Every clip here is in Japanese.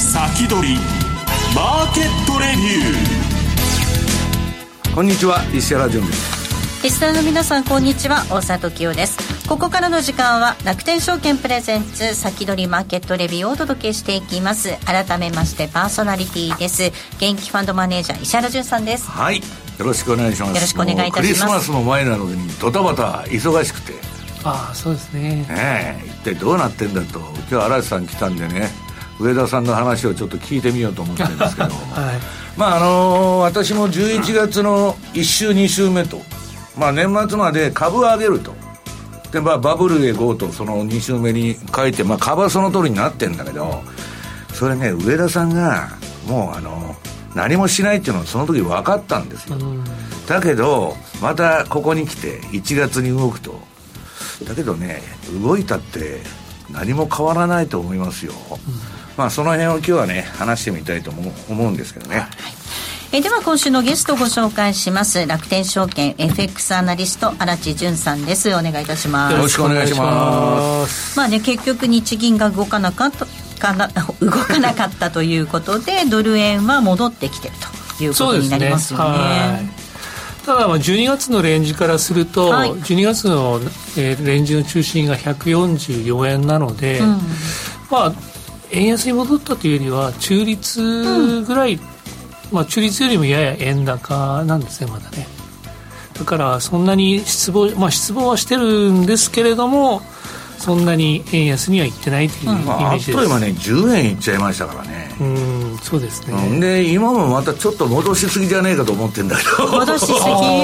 先取りマーケットレビュー。こんにちは、石原潤です。 リスナーの皆さん、こんにちは、大里清です。ここからの時間は楽天証券プレゼンツ先取りマーケットレビューをお届けしていきます。改めましてパーソナリティです。元気ファンドマネージャー石原潤さんです。 はい、よろしくお願いします。 よろしくお願いいたします。 クリスマスの前なのにドタバタ忙しくて、 そうですね。 一体どうなってんだと。今日嵐さん来たんでね、上田さんの話をちょっと聞いてみようと思ってるんですけど、私も11月の1週2週目と、年末まで株を上げると。で、バブルへ GO とその2週目に書いて、株はその通りになってんだけど、それね、上田さんがもう何もしないっていうのはその時分かったんですよ。だけどまたここに来て1月に動くと。だけどね、動いたって何も変わらないと思いますよ。その辺を今日はね、話してみたいと思うんですけどね。 では今週のゲストをご紹介します。楽天証券 FX アナリスト荒地潤さんです。お願いいたします。 よろしくお願いします。 結局日銀が動かなかったということで、ドル円は戻ってきているということになりますよね。 ただ12月のレンジからすると、12月の、レンジの中心が144円なので、円安に戻ったというよりは中立ぐらい、中立よりもやや円高なんですね、まだね。だからそんなに失望はしてるんですけれども、そんなに円安にはいってないというイメージです。 あっという間ね、10円いっちゃいましたからね。 そうですね。 で、今もまたちょっと戻しすぎじゃねえかと思ってんだけど。 戻しすぎ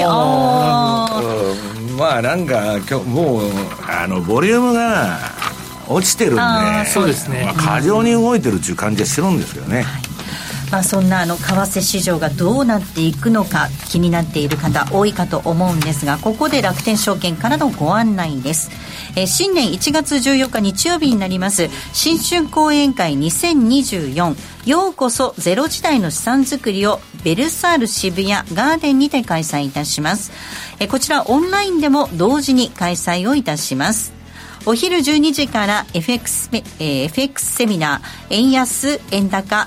なんか今日もうボリュームが落ちてるんで、 そうですね。 過剰に動いてるっていう感じはしてるんですけどね。 そんな為替市場がどうなっていくのか気になっている方多いかと思うんですが、ここで楽天証券からのご案内です。新年1月14日日曜日になります新春講演会2024、ようこそゼロ時代の資産作りをベルサール渋谷ガーデンにて開催いたします。こちらオンラインでも同時に開催をいたします。お昼12時から FX セミナー円安円高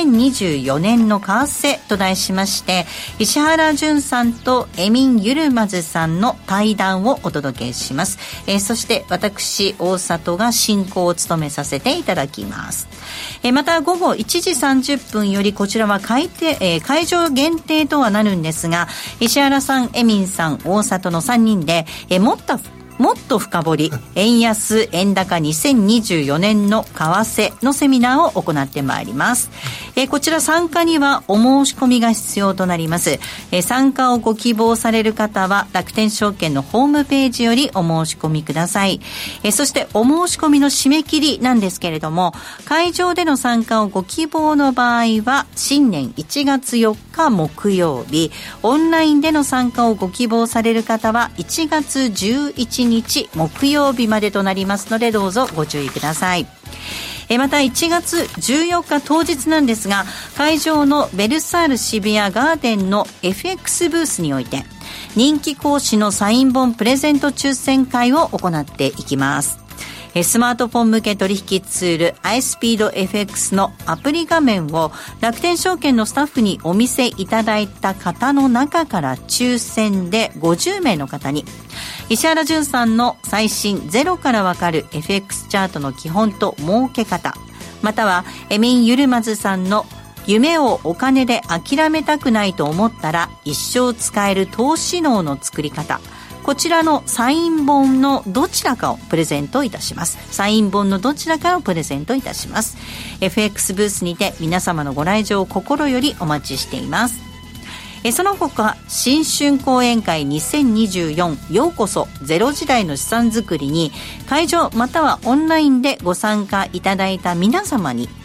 2024年の為替と題しまして、石原潤さんとエミン・ユルマズさんの対談をお届けします。そして私大里が進行を務めさせていただきます。また午後1時30分より、こちらは会場限定とはなるんですが、石原さん、エミンさん、大里の3人でもっと深掘り円安円高2024年の為替のセミナーを行ってまいります。こちら参加にはお申し込みが必要となります。参加をご希望される方は楽天証券のホームページよりお申し込みください。そしてお申し込みの締め切りなんですけれども、会場での参加をご希望の場合は新年1月4日木曜日、オンラインでの参加をご希望される方は1月11日木曜日までとなりますので、どうぞご注意ください。また1月14日当日なんですが、会場のベルサール渋谷ガーデンの FX ブースにおいて人気講師のサイン本プレゼント抽選会を行っていきます。スマートフォン向け取引ツール iSpeedFX のアプリ画面を楽天証券のスタッフにお見せいただいた方の中から抽選で50名の方に石原潤さんの最新ゼロからわかる FX チャートの基本と儲け方、またはエミン・ユルマズさんの夢をお金で諦めたくないと思ったら一生使える投資脳の作り方、こちらのサイン本のどちらかをプレゼントいたします。サイン本のどちらかをプレゼントいたします。 FX ブースにて皆様のご来場を心よりお待ちしています。その他新春講演会2024、ようこそゼロ時代の資産作りに会場またはオンラインでご参加いただいた皆様に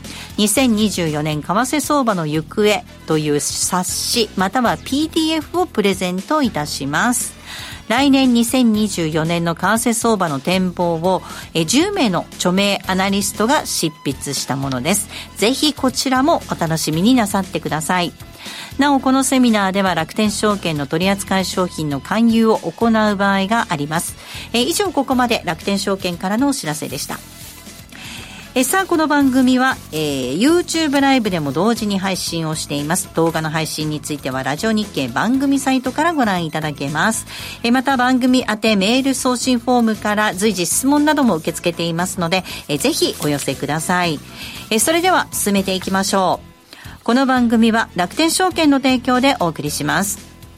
2024年為替相場の行方という冊子または PDF をプレゼントいたします。来年2024年の為替相場の展望を10名の著名アナリストが執筆したものです。ぜひこちらもお楽しみになさってください。なおこのセミナーでは楽天証券の取扱い商品の勧誘を行う場合があります。以上ここまで楽天証券からのお知らせでした。 さあこの番組は、YouTube ライブでも同時に配信をしています。動画の配信についてはラジオ日経番組サイトからご覧いただけます。また番組宛てメール送信フォームから随時質問なども受け付けていますので、ぜひお寄せください。それでは進めていきましょう。この番組は楽天証券の提供でお送りします。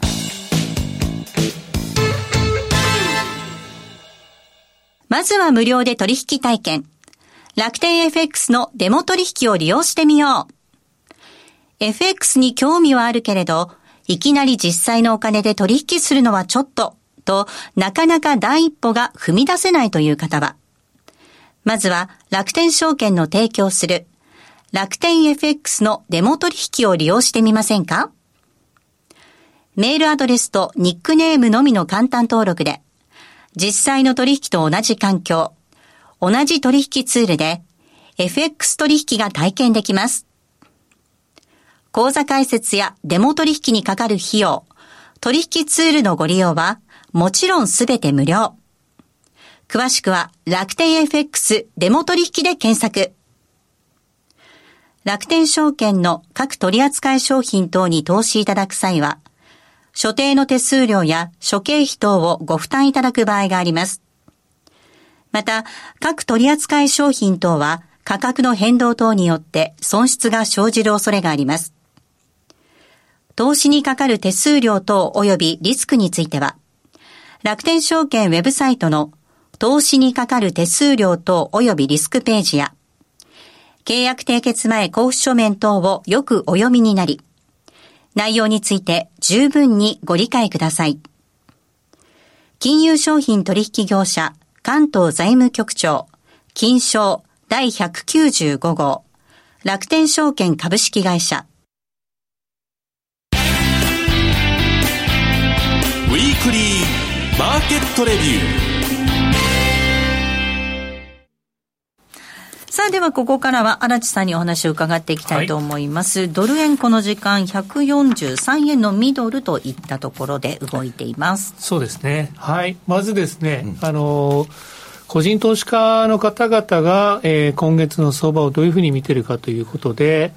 まずは無料で取引体験。楽天 FX のデモ取引を利用してみよう。FX に興味はあるけれど、いきなり実際のお金で取引するのはちょっと、となかなか第一歩が踏み出せないという方は、まずは楽天証券の提供する楽天 FX のデモ取引を利用してみませんか？メールアドレスとニックネームのみの簡単登録で、実際の取引と同じ環境、同じ取引ツールで FX 取引が体験できます。口座開設やデモ取引にかかる費用、取引ツールのご利用はもちろんすべて無料。詳しくは楽天 FX デモ取引で検索。楽天証券の各取扱い商品等に投資いただく際は、所定の手数料や諸経費等をご負担いただく場合があります。また、各取扱い商品等は価格の変動等によって損失が生じる恐れがあります。投資にかかる手数料等及びリスクについては、楽天証券ウェブサイトの投資にかかる手数料等及びリスクページや、契約締結前交付書面等をよくお読みになり、内容について十分にご理解ください。金融商品取引業者関東財務局長金商第195号楽天証券株式会社。 ウィークリーマーケットレビュー。 さあではここからは荒地さんにお話を伺っていきたいと思います、はい、ドル円この時間143円のミドルといったところで動いています。 そうですね、はい、まずですね、個人投資家の方々が、今月の相場をどういうふうに見ているかということで、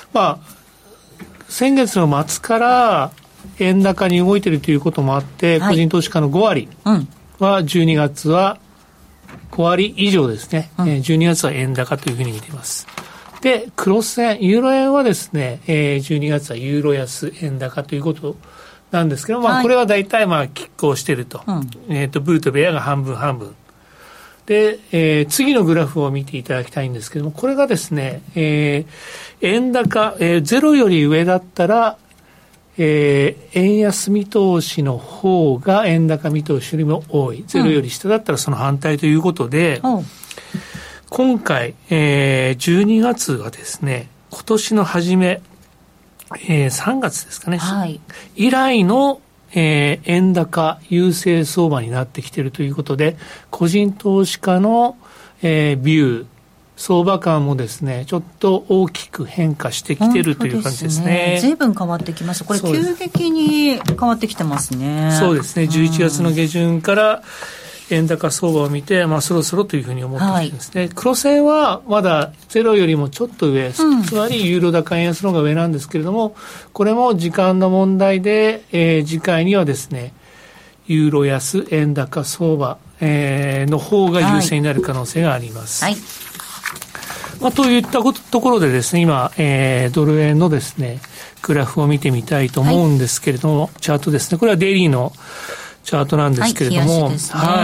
先月の末から円高に動いているということもあって、はい、個人投資家の5割は12月は5割以上ですね、12月は円高というふうに見ています。で、クロス円、ユーロ円はですね、12月はユーロ安円高ということなんですけど、これは大体拮抗していると、ブルとベアが半分半分で、次のグラフを見ていただきたいんですけども、これがですね、円高、ゼロより上だったら円安見通しの方が円高見通しよりも多い、ゼロより下だったらその反対ということで、今回、12月はですね、今年の初め、3月ですかね、はい、以来の、円高優勢相場になってきているということで、個人投資家の、ビュー相場感もですね、ちょっと大きく変化してきているという感じですね。 随分変わってきました。これ急激に変わってきてますね。 そうですね。11月の下旬から円高相場を見て、そろそろというふうに思ってきてるんですね。はい、クロス円はまだゼロよりもちょっと上、つまりユーロ高円安の方が上なんですけれども、これも時間の問題で、次回にはですね、ユーロ安円高相場、の方が優勢になる可能性があります。はい。といったところでですね、今、ドル円のですね、グラフを見てみたいと思うんですけれども、チャートですね。これはデイリーのチャートなんですけれども、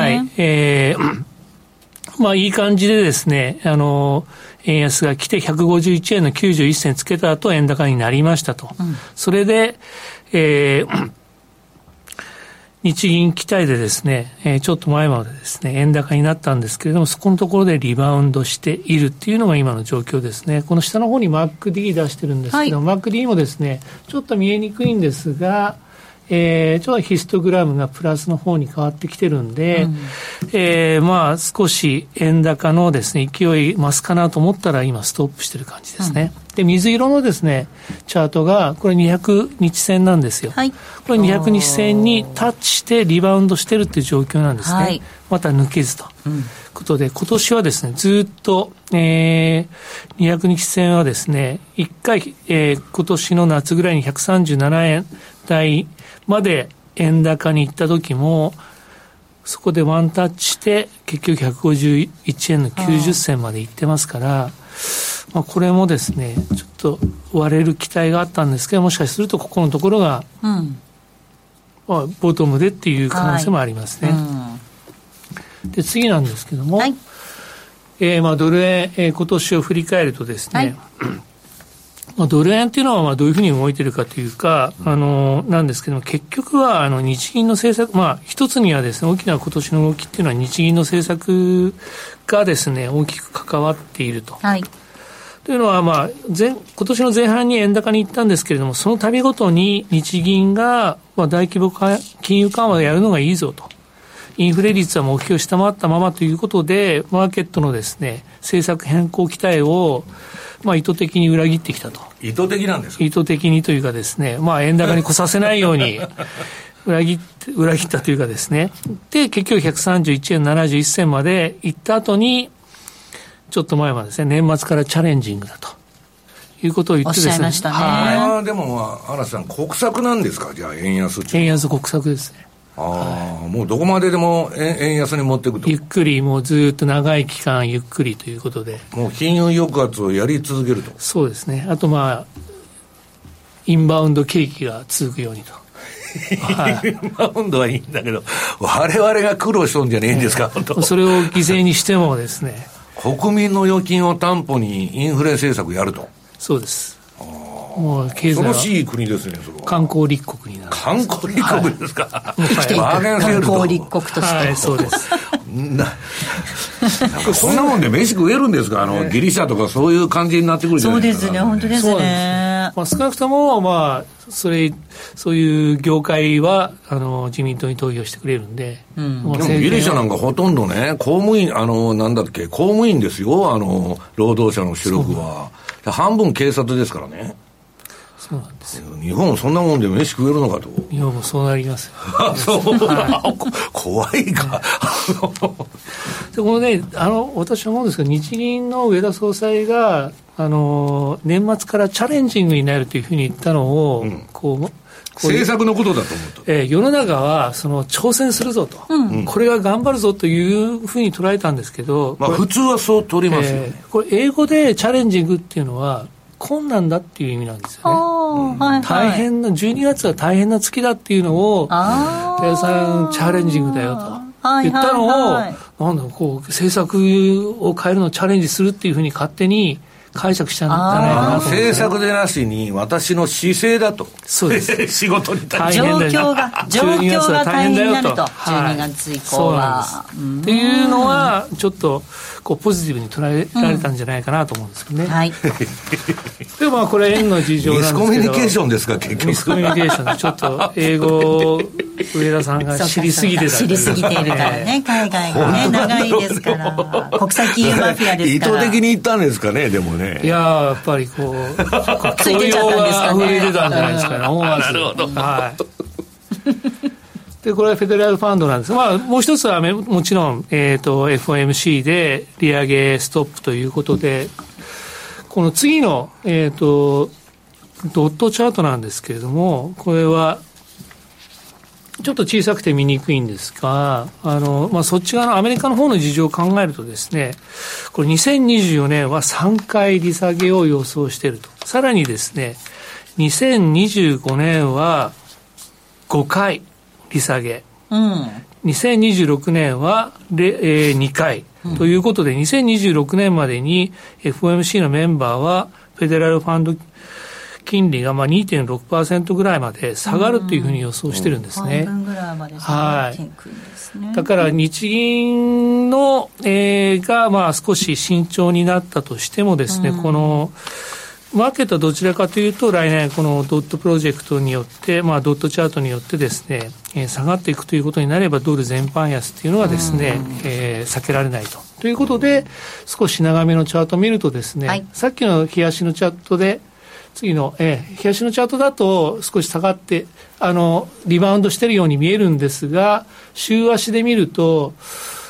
はい、いい感じでですね、円安が来て151円の91銭つけた後円高になりましたと。それで、日銀期待でですね、ちょっと前までですね、円高になったんですけれども、そこのところでリバウンドしているっていうのが今の状況ですね。この下の方に MACD 出してるんですけど、MACD もですね、ちょっと見えにくいんですが、ちょっとヒストグラムがプラスの方に変わってきてるんで、少し円高のですね、勢い増すかなと思ったら今ストップしてる感じですね。で、水色のですね、チャートが、これ200日線なんですよ。はい、これ200日線にタッチしてリバウンドしてるっていう状況なんですね。はい、 また抜けずということで、今年はですね、ずっと、200日線はですね、1回、今年の夏ぐらいに137円台まで円高に行った時も、そこでワンタッチして結局151円の90銭まで行ってますから、まあ、これもですねちょっと割れる期待があったんですけど、もしかするとここのところが、まあ、ボトムでっていう可能性もありますね。で次なんですけども、まあ、ドル円、今年を振り返るとですね、まあ、ドル円っていうのはまあどういうふうに動いているかというか、なんですけども、結局は日銀の政策、まあ一つにはですね、大きな今年の動きっていうのは日銀の政策がですね、大きく関わっていると。というのは、まあ今年の前半に円高に行ったんですけれども、その度ごとに日銀がまあ大規模金融緩和をやるのがいいぞと。インフレ率は目標を下回ったままということで、マーケットのですね、政策変更期待をまあ意図的に裏切ってきたと。 意図的なんですか？ 意図的にというかですね、まあ円高に来させないように裏切ったというかですね。で、結局131円71銭まで行った後に、ちょっと前はですね、年末からチャレンジングだということを言ってですね。おっしゃいましたね。でも、荒瀬さん、国策なんですか？じゃあ、円安って。 円安国策ですね。 もうどこまででも円安に持っていくと。 ゆっくり、もうずっと長い期間ゆっくりということで。 もう金融抑圧をやり続けると。 そうですね。あとまあ、インバウンド景気が続くようにと。 インバウンドはいいんだけど、我々が苦労しとんじゃねえんですか、本当。 それを犠牲にしてもですね。 国民の預金を担保にインフレ政策やると。 そうです。もう経済は恐ろしい国ですね、それは。 観光立国になる。 観光立国ですか？ 生きていく観光立国として。 はい、そうです。 そんなもんで飯食えるんですか？ギリシャとかそういう感じになってくるじゃないですか。 そうですね、本当ですね。 まあ、少なくとも、まあ、そういう業界は自民党に投票してくれるんで、 でもギリシャなんかほとんどね、公務員なんだっけ、公務員ですよ、労働者の主力は半分警察ですからね。 そうなんですよ。 日本そんなもんで飯食えるのかと。 日本もそうなりますよ。 そう、怖いか。 でこのね、私は思うんですけど、日銀の植田総裁が年末からチャレンジングになるというふうに言ったのを、 政策のことだと思うと、 世の中は挑戦するぞと、これが頑張るぞというふうに捉えたんですけど、 まあ、普通はそう取りますよね。 これ英語でチャレンジングっていうのは困難だっていう意味なんですよね。大変な、12月は大変な月だっていうのを皆さんチャレンジングだよと言ったのを、なんだ政策を変えるのをチャレンジするっていうふうに勝手に解釈したんじゃないかなと。 政策でなしに私の姿勢だと。 そうです。 仕事に対して状況が大変になると、12月以降は。 っていうのはちょっとポジティブに捉えられたんじゃないかなと思うんですけどね。はい。でもまあこれ円の事情なんですけど。 ミスコミュニケーションですか、結局。 ミスコミュニケーションでちょっと英語上田さんが知りすぎてた。 知りすぎているからね、海外がね長いですから。国際金融マフィアですから。 意図的に言ったんですかね、でもね。 いややっぱり教養が溢れてたんじゃないですかね。 なるほど。 はい。でこれはフェデラルファンドなんですが、まあ、もう一つはもちろん、FOMC で利上げストップということで、この次の、ドットチャートなんですけれども、これはちょっと小さくて見にくいんですが、まあ、そっち側のアメリカの方の事情を考えるとですね、これ2024年は3回利下げを予想していると。さらにですね、2025年は5回利下げ。2026年は2回。ということで、2026年までに FOMC のメンバーはフェデラルファンド金利がまあ 2.6% ぐらいまで下がるというふうに予想してるんですね。 半分ぐらいまで下がっていくんですね。 だから日銀の、がまあ少し慎重になったとしてもですね、このマーケットはどちらかというと来年このドットプロジェクトによって、まあドットチャートによってですね、下がっていくということになればドル全般安っていうのはですね、避けられないと。ということで少し長めのチャートを見るとですね、さっきの日足のチャートで次の、日足のチャートだと少し下がってリバウンドしているように見えるんですが、週足で見ると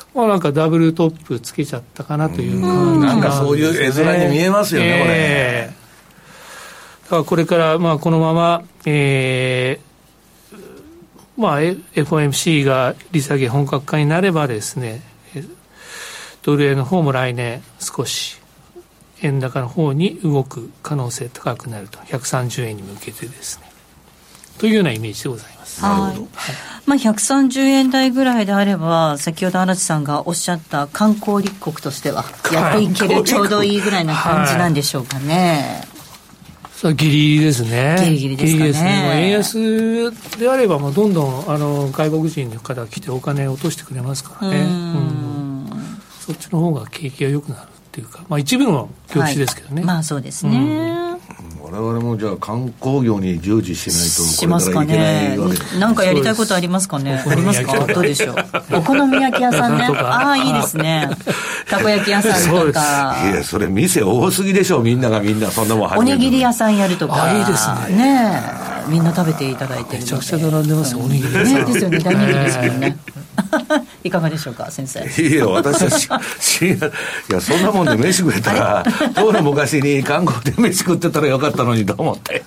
なんかダブルトップつけちゃったかなという感じなんかそういう絵面に見えますよね、これ。 だからこれから、このまま、FOMC が利下げ本格化になればですね、ドル円の方も来年少し円高の方に動く可能性高くなると、130円に向けてですね、というようなイメージでございます。 なるほど。130円台ぐらいであれば、先ほど荒地さんがおっしゃった観光立国としてはやっていけるちょうどいいぐらいな感じなんでしょうかね。 ギリギリですね。 ギリギリですかね。 ですね。円安であれば、どんどん外国人の方が来てお金を落としてくれますからね。そっちの方が景気が良くなるっていうか、一部の業種ですけどね。 そうですね。 我々もじゃあ観光業に従事しないとこれからいけないわけですね。 なんかやりたいことありますかね。ありますか。どうでしょう。お好み焼き屋さんね。いいですね。たこ焼き屋さんとか。 いや、それ店多すぎでしょ。みんなそんなもん始める。 おにぎり屋さんやるとか。 いいですね。 ねえ、みんな食べていただいてるので。 めちゃくちゃ並んでますよ、おにぎり屋さん。 ね、ですよね、大人気ですよね。いかがでしょうか、先生。 いや、私はいや、そんなもんで飯食えたらとる昔に韓国で飯食ってたらよかったのにと思って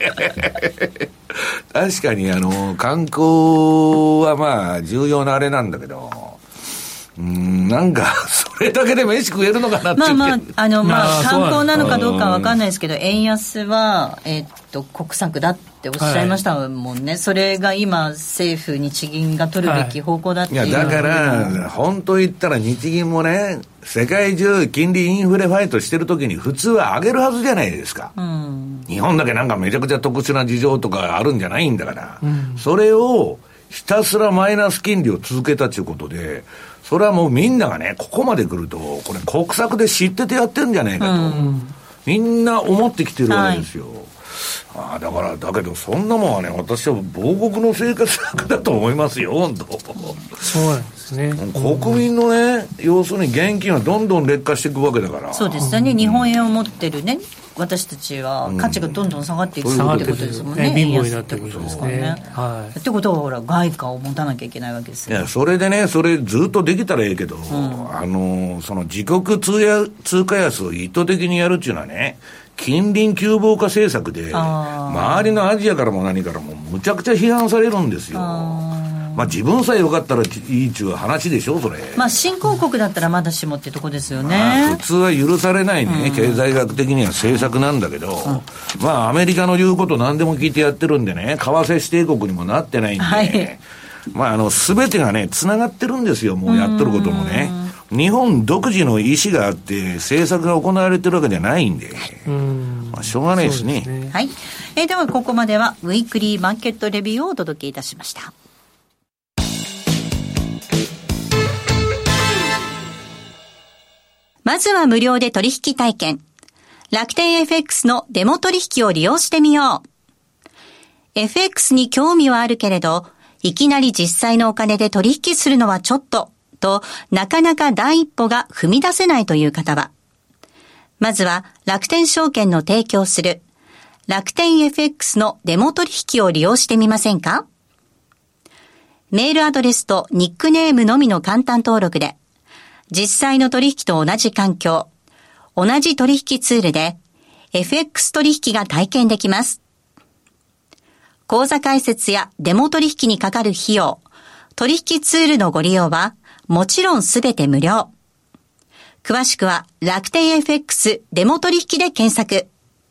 確かに観光は重要なあれなんだけど、なんかそれだけで飯食えるのかなって観光なのかどうかは分かんないですけど、円安は国策だっておっしゃいましたもんね。それが今政府日銀が取るべき方向だっていう。 いや、だから本当言ったら日銀もね、世界中金利インフレファイトしてる時に普通は上げるはずじゃないですか。日本だけなんかめちゃくちゃ特殊な事情とかあるんじゃないんだから、それをひたすらマイナス金利を続けたということで、それはもうみんながね、ここまで来るとこれ国策で知っててやってるんじゃないかと、みんな思ってきてるわけですよ。だけどそんなもんはね、私は亡国の生活策だと思いますよ、本当。 そうなんですね。 国民のね、要するに現金はどんどん劣化していくわけだから。 そうですね。日本円を持ってるね、私たちは価値がどんどん下がっていくってことですもんね。 貧乏になってくるんですね。 ってことはほら外貨を持たなきゃいけないわけですよ。 いや、それでね、それずっとできたらええけど、その自国通貨安を意図的にやるっていうのはね、近隣急防化政策で周りのアジアからも何からもむちゃくちゃ批判されるんですよ。自分さえよかったらいいっていう話でしょ、それ。 新興国だったらまだしもってとこですよね。 普通は許されないね、経済学的には政策なんだけど、アメリカの言うこと何でも聞いてやってるんでね、為替指定国にもなってないんで、全てがねつながってるんですよ、もうやってることもね。日本独自の意思があって政策が行われてるわけじゃないんで、しょうがないですね。 はい。ではここまではウィークリーマーケットレビューをお届けいたしました。まずは無料で取引体験。楽天 FX のデモ取引を利用してみよう。FX に興味はあるけれど、いきなり実際のお金で取引するのはちょっと、となかなか第一歩が踏み出せないという方は、まずは楽天証券の提供する楽天 FX のデモ取引を利用してみませんか？メールアドレスとニックネームのみの簡単登録で、実際の取引と同じ環境、同じ取引ツールで FX 取引が体験できます。口座開設やデモ取引にかかる費用、取引ツールのご利用はもちろんすべて無料。詳しくは楽天 FX デモ取引で検索。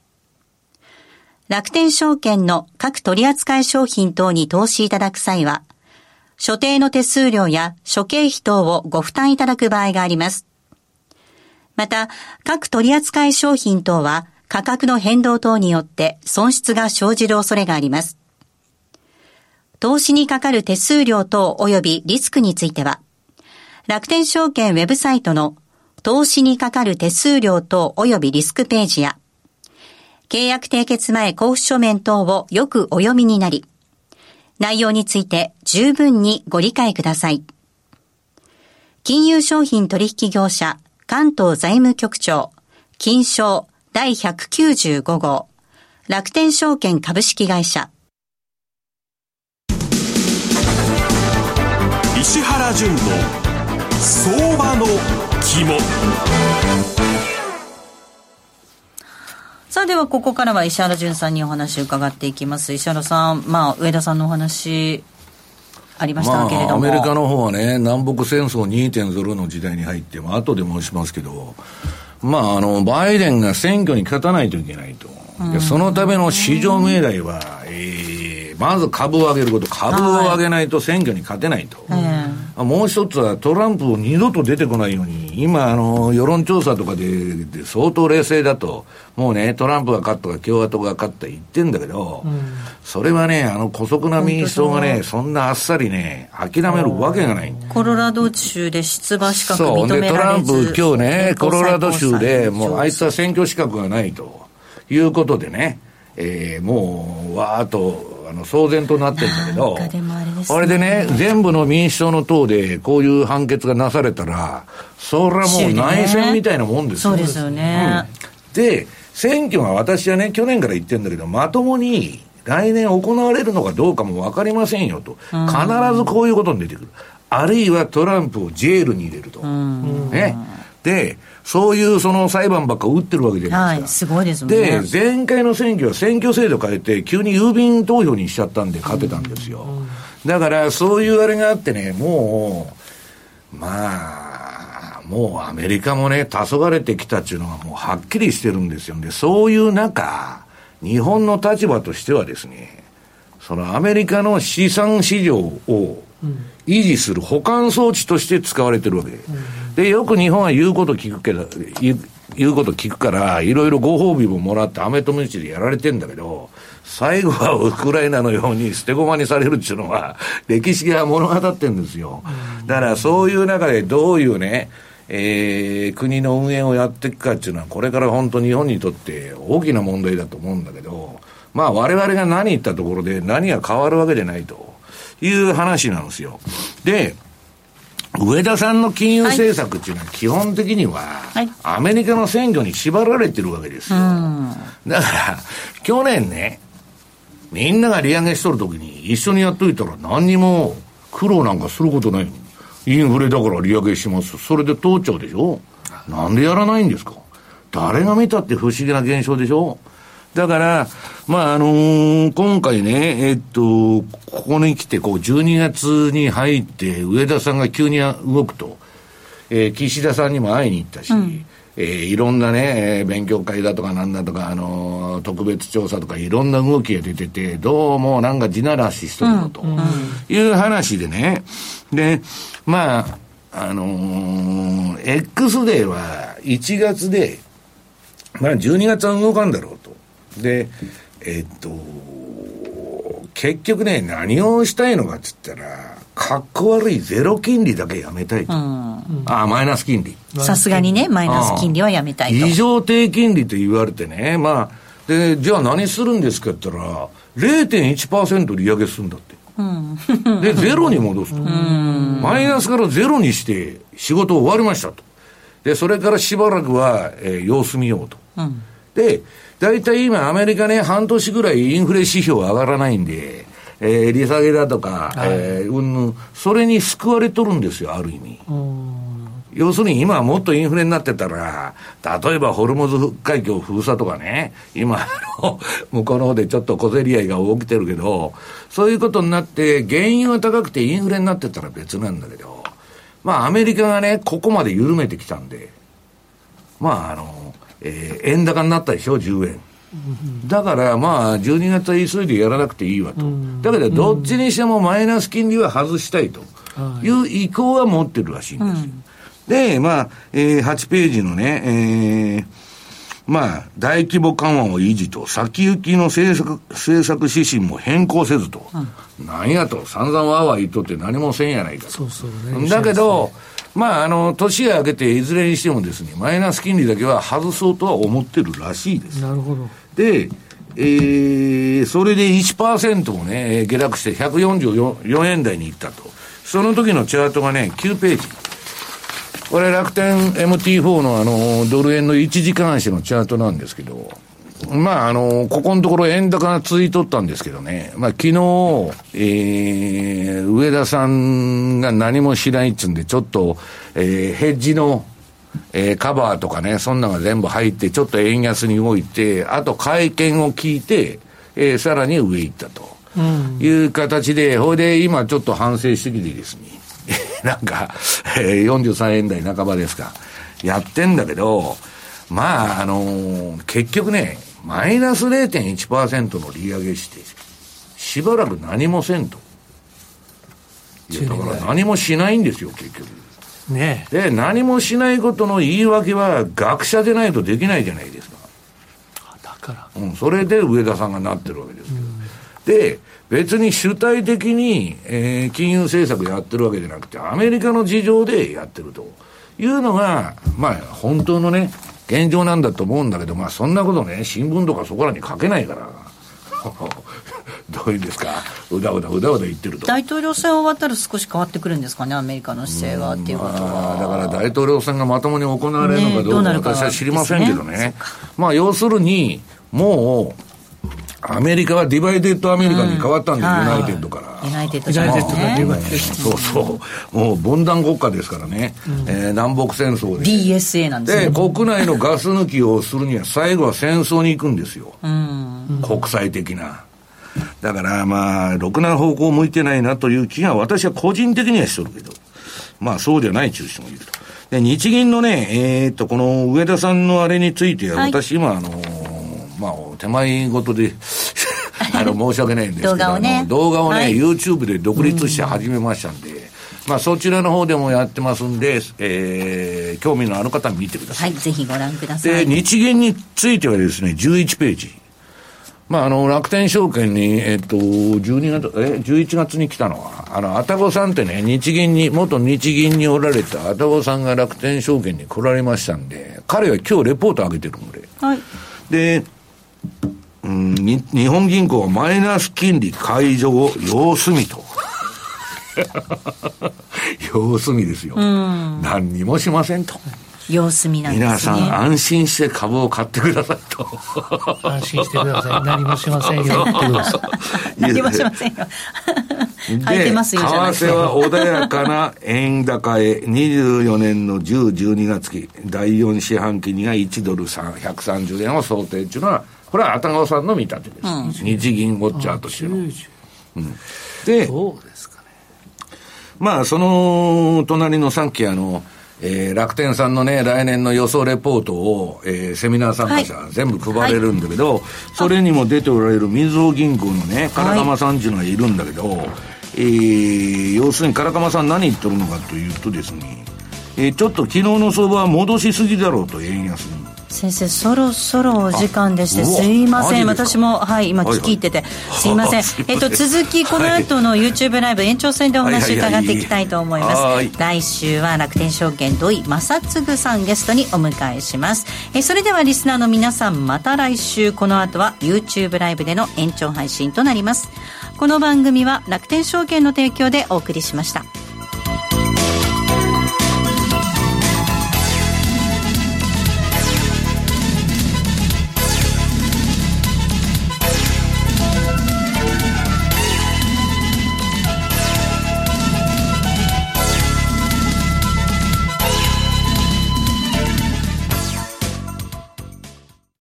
楽天証券の各取扱商品等に投資いただく際は、所定の手数料や諸経費等をご負担いただく場合があります。また、各取扱商品等は価格の変動等によって損失が生じる恐れがあります。投資にかかる手数料等及びリスクについては、楽天証券ウェブサイトの投資にかかる手数料等及びリスクページや、契約締結前交付書面等をよくお読みになり、内容について十分にご理解ください。金融商品取引業者関東財務局長金商第195号楽天証券株式会社。 石原淳の相場の肝。 さあではここからは石原潤さんにお話を伺っていきます。石原さん、上田さんのお話ありましたけれども、 アメリカの方はね、南北戦争 2.0 の時代に入って、後で申しますけど、バイデンが選挙に勝たないといけないと。でそのための市場命題は、まず株を上げること。株を上げないと選挙に勝てないと。もう一つはトランプを二度と出てこないように、今世論調査とかで相当冷静だと、もうね、トランプが勝ったか共和党が勝った言ってんだけど、それはね、姑息な民主党がね、そんなあっさりね、諦めるわけがない。 コロラド州で出馬資格認められず、 そうで、トランプ今日ね、コロラド州でもうあいつは選挙資格がないということでね、もうわーっと騒然となってるんだけど、あれでね、全部の民主党の党でこういう判決がなされたら、それはもう内戦みたいなもんですよ。 そうですよね。 で、選挙が私はね、去年から言ってるんだけど、まともに来年行われるのかどうかも分かりませんよと。必ずこういうことに出てくる。あるいはトランプをジェールに入れると。ね。で、そういうその裁判ばっか打ってるわけじゃないですか。 すごいですもんね。 で、前回の選挙は選挙制度変えて、急に郵便投票にしちゃったんで勝てたんですよ。だから、そういうあれがあってね、もうアメリカもね、黄昏てきたっていうのはもうはっきりしてるんですよ。で、そういう中、日本の立場としてはですね、そのアメリカの資産市場を維持する保管装置として使われてるわけで。で、よく日本は言うこと聞くから、いろいろご褒美ももらって飴とムチでやられてんだけど、最後はウクライナのように捨て駒にされるっていうのは、歴史が物語ってるんですよ。だからそういう中でどういうね、国の運営をやっていくかっていうのは、これから本当日本にとって大きな問題だと思うんだけど、我々が何言ったところで何が変わるわけじゃないという話なんですよ。で、上田さんの金融政策っていうのは基本的にはアメリカの選挙に縛られてるわけですよ。だから去年ね、みんなが利上げしとるときに一緒にやっといたら何にも苦労なんかすることないの。インフレだから利上げします。それで通っちゃうでしょ。なんでやらないんですか。誰が見たって不思議な現象でしょ。だから、今回ね、ここに来て、12月に入って、上田さんが急に動くと、岸田さんにも会いに行ったし、いろんなね、勉強会だとかなんだとか、特別調査とかいろんな動きが出てて、どうもなんか地ならししとるのという話でね、で、X デーは1月で、12月は動かんだろうと。で、結局ね、何をしたいのかっつったら、かっこ悪いゼロ金利だけやめたいと。マイナス金利。 さすがにね、マイナス金利はやめたいと。 異常低金利と言われてね、で、じゃあ何するんですかって言ったら、0.1% 利上げするんだって。で、ゼロに戻すと。マイナスからゼロにして仕事終わりましたと。で、それからしばらくは、様子見ようと。で、だいたい今アメリカね、半年ぐらいインフレ指標上がらないんで、利下げだとか、それに救われとるんですよ、ある意味。要するに今はもっとインフレになってたら、例えばホルムズ海峡封鎖とかね、今向こうの方でちょっと小競り合いが起きてるけど、そういうことになって原油が高くてインフレになってたら別なんだけど、アメリカがね、ここまで緩めてきたんで、円高になったでしょ、10円。だから12月は急いでやらなくていいわと。だけどどっちにしてもマイナス金利は外したいという意向は持ってるらしいんですよ。で、8ページのね、大規模緩和を維持と先行きの政策指針も変更せずと。なんやと、散々わーわー言っとって何もせんやないかと。 そうそうね。 だけど、年が明けていずれにしてもですね、マイナス金利だけは外そうとは思ってるらしいです。 なるほど。 で、それで 1% もね、下落して144円台に行ったと。その時のチャートがね、9ページ。これ楽天 MT4 のドル円の1時間足のチャートなんですけど、 まあ、ここのところ円高が続いとったんですけどね、まあ、昨日、上田さんが何もしないっつうんで、ちょっと、ヘッジの、カバーとかね、そんなのが全部入って、ちょっと円安に動いて、あと会見を聞いて、さらに上行ったという形で、ほいで今ちょっと反省してきてですね、なんか、43円台半ばですか、やってんだけど、まあ、結局ね、マイナス 0.1% の利上げして、しばらく何もせんと。いや、だから何もしないんですよ、結局。 ねえ。で、何もしないことの言い訳は、学者でないとできないじゃないですか。 だから。 それで上田さんがなってるわけですよ。で、別に主体的に、金融政策やってるわけじゃなくて、アメリカの事情でやってるというのが、まあ、本当のね、現状なんだと思うんだけど、まあそんなことね、新聞とかそこらに書けないから。どういうんですか、うだうだ言ってると。 大統領選終わったら少し変わってくるんですかね、アメリカの姿勢がっていうことは。 だから大統領選がまともに行われるのかどうか、私は知りませんけどね。まあ要するに、もう、アメリカはディバイデッドアメリカに変わったんです、ユナイテッドから。 ユナイテッドじゃないですね。 そうそう。もう分断国家ですからね。南北戦争で。 DSA なんですね。 で、国内のガス抜きをするには最後は戦争に行くんですよ。国際的な。だからまあ、ろくな方向を向いてないなという気が私は個人的にはしとるけど。まあそうじゃない中心もいると。で、日銀のね、この上田さんのあれについては、私今まあ、手前ごとで申し訳ないんですけど、動画をね、YouTube で独立して始めましたんで、まあ、そちらの方でもやってますんで、興味のある方は見てください。 はい、ぜひご覧ください。 で、日銀についてはですね、11ページ。まあ、楽天証券に、11月に来たのは、愛宕さんってね、元日銀におられた愛宕さんが楽天証券に来られましたんで、彼は今日レポート上げてるので。はい。で、日本銀行はマイナス金利解除を様子見と。様子見ですよ。何にもしませんと。 様子見なんですね。 皆さん安心して株を買ってくださいと。 安心してください。何もしませんよ。 何もしませんよ。 で、為替は穏やかな円高へ、24年の10、12月期、第4四半期にが1ドル130円を想定というのは、これは愛宕さんの見立てです。日銀ウォッチャーとしての。で、 そうですかね。 まあ、その隣のさっき楽天さんのね、来年の予想レポートを、セミナー参加者全部配れるんだけど、それにも出ておられるみずほ銀行のね、唐鎌さんっていうのがいるんだけど、要するに唐鎌さん何言ってるのかというとですね、ちょっと昨日の相場は戻しすぎだろうと、円安に。 先生、そろそろお時間でして、すいません。私も、今聞き入ってて、すいません。続き、この後の YouTube ライブ延長戦でお話伺っていきたいと思います。来週は楽天証券土井正嗣さんゲストにお迎えします。それではリスナーの皆さん、また来週、この後は YouTube ライブでの延長配信となります。この番組は楽天証券の提供でお送りしました。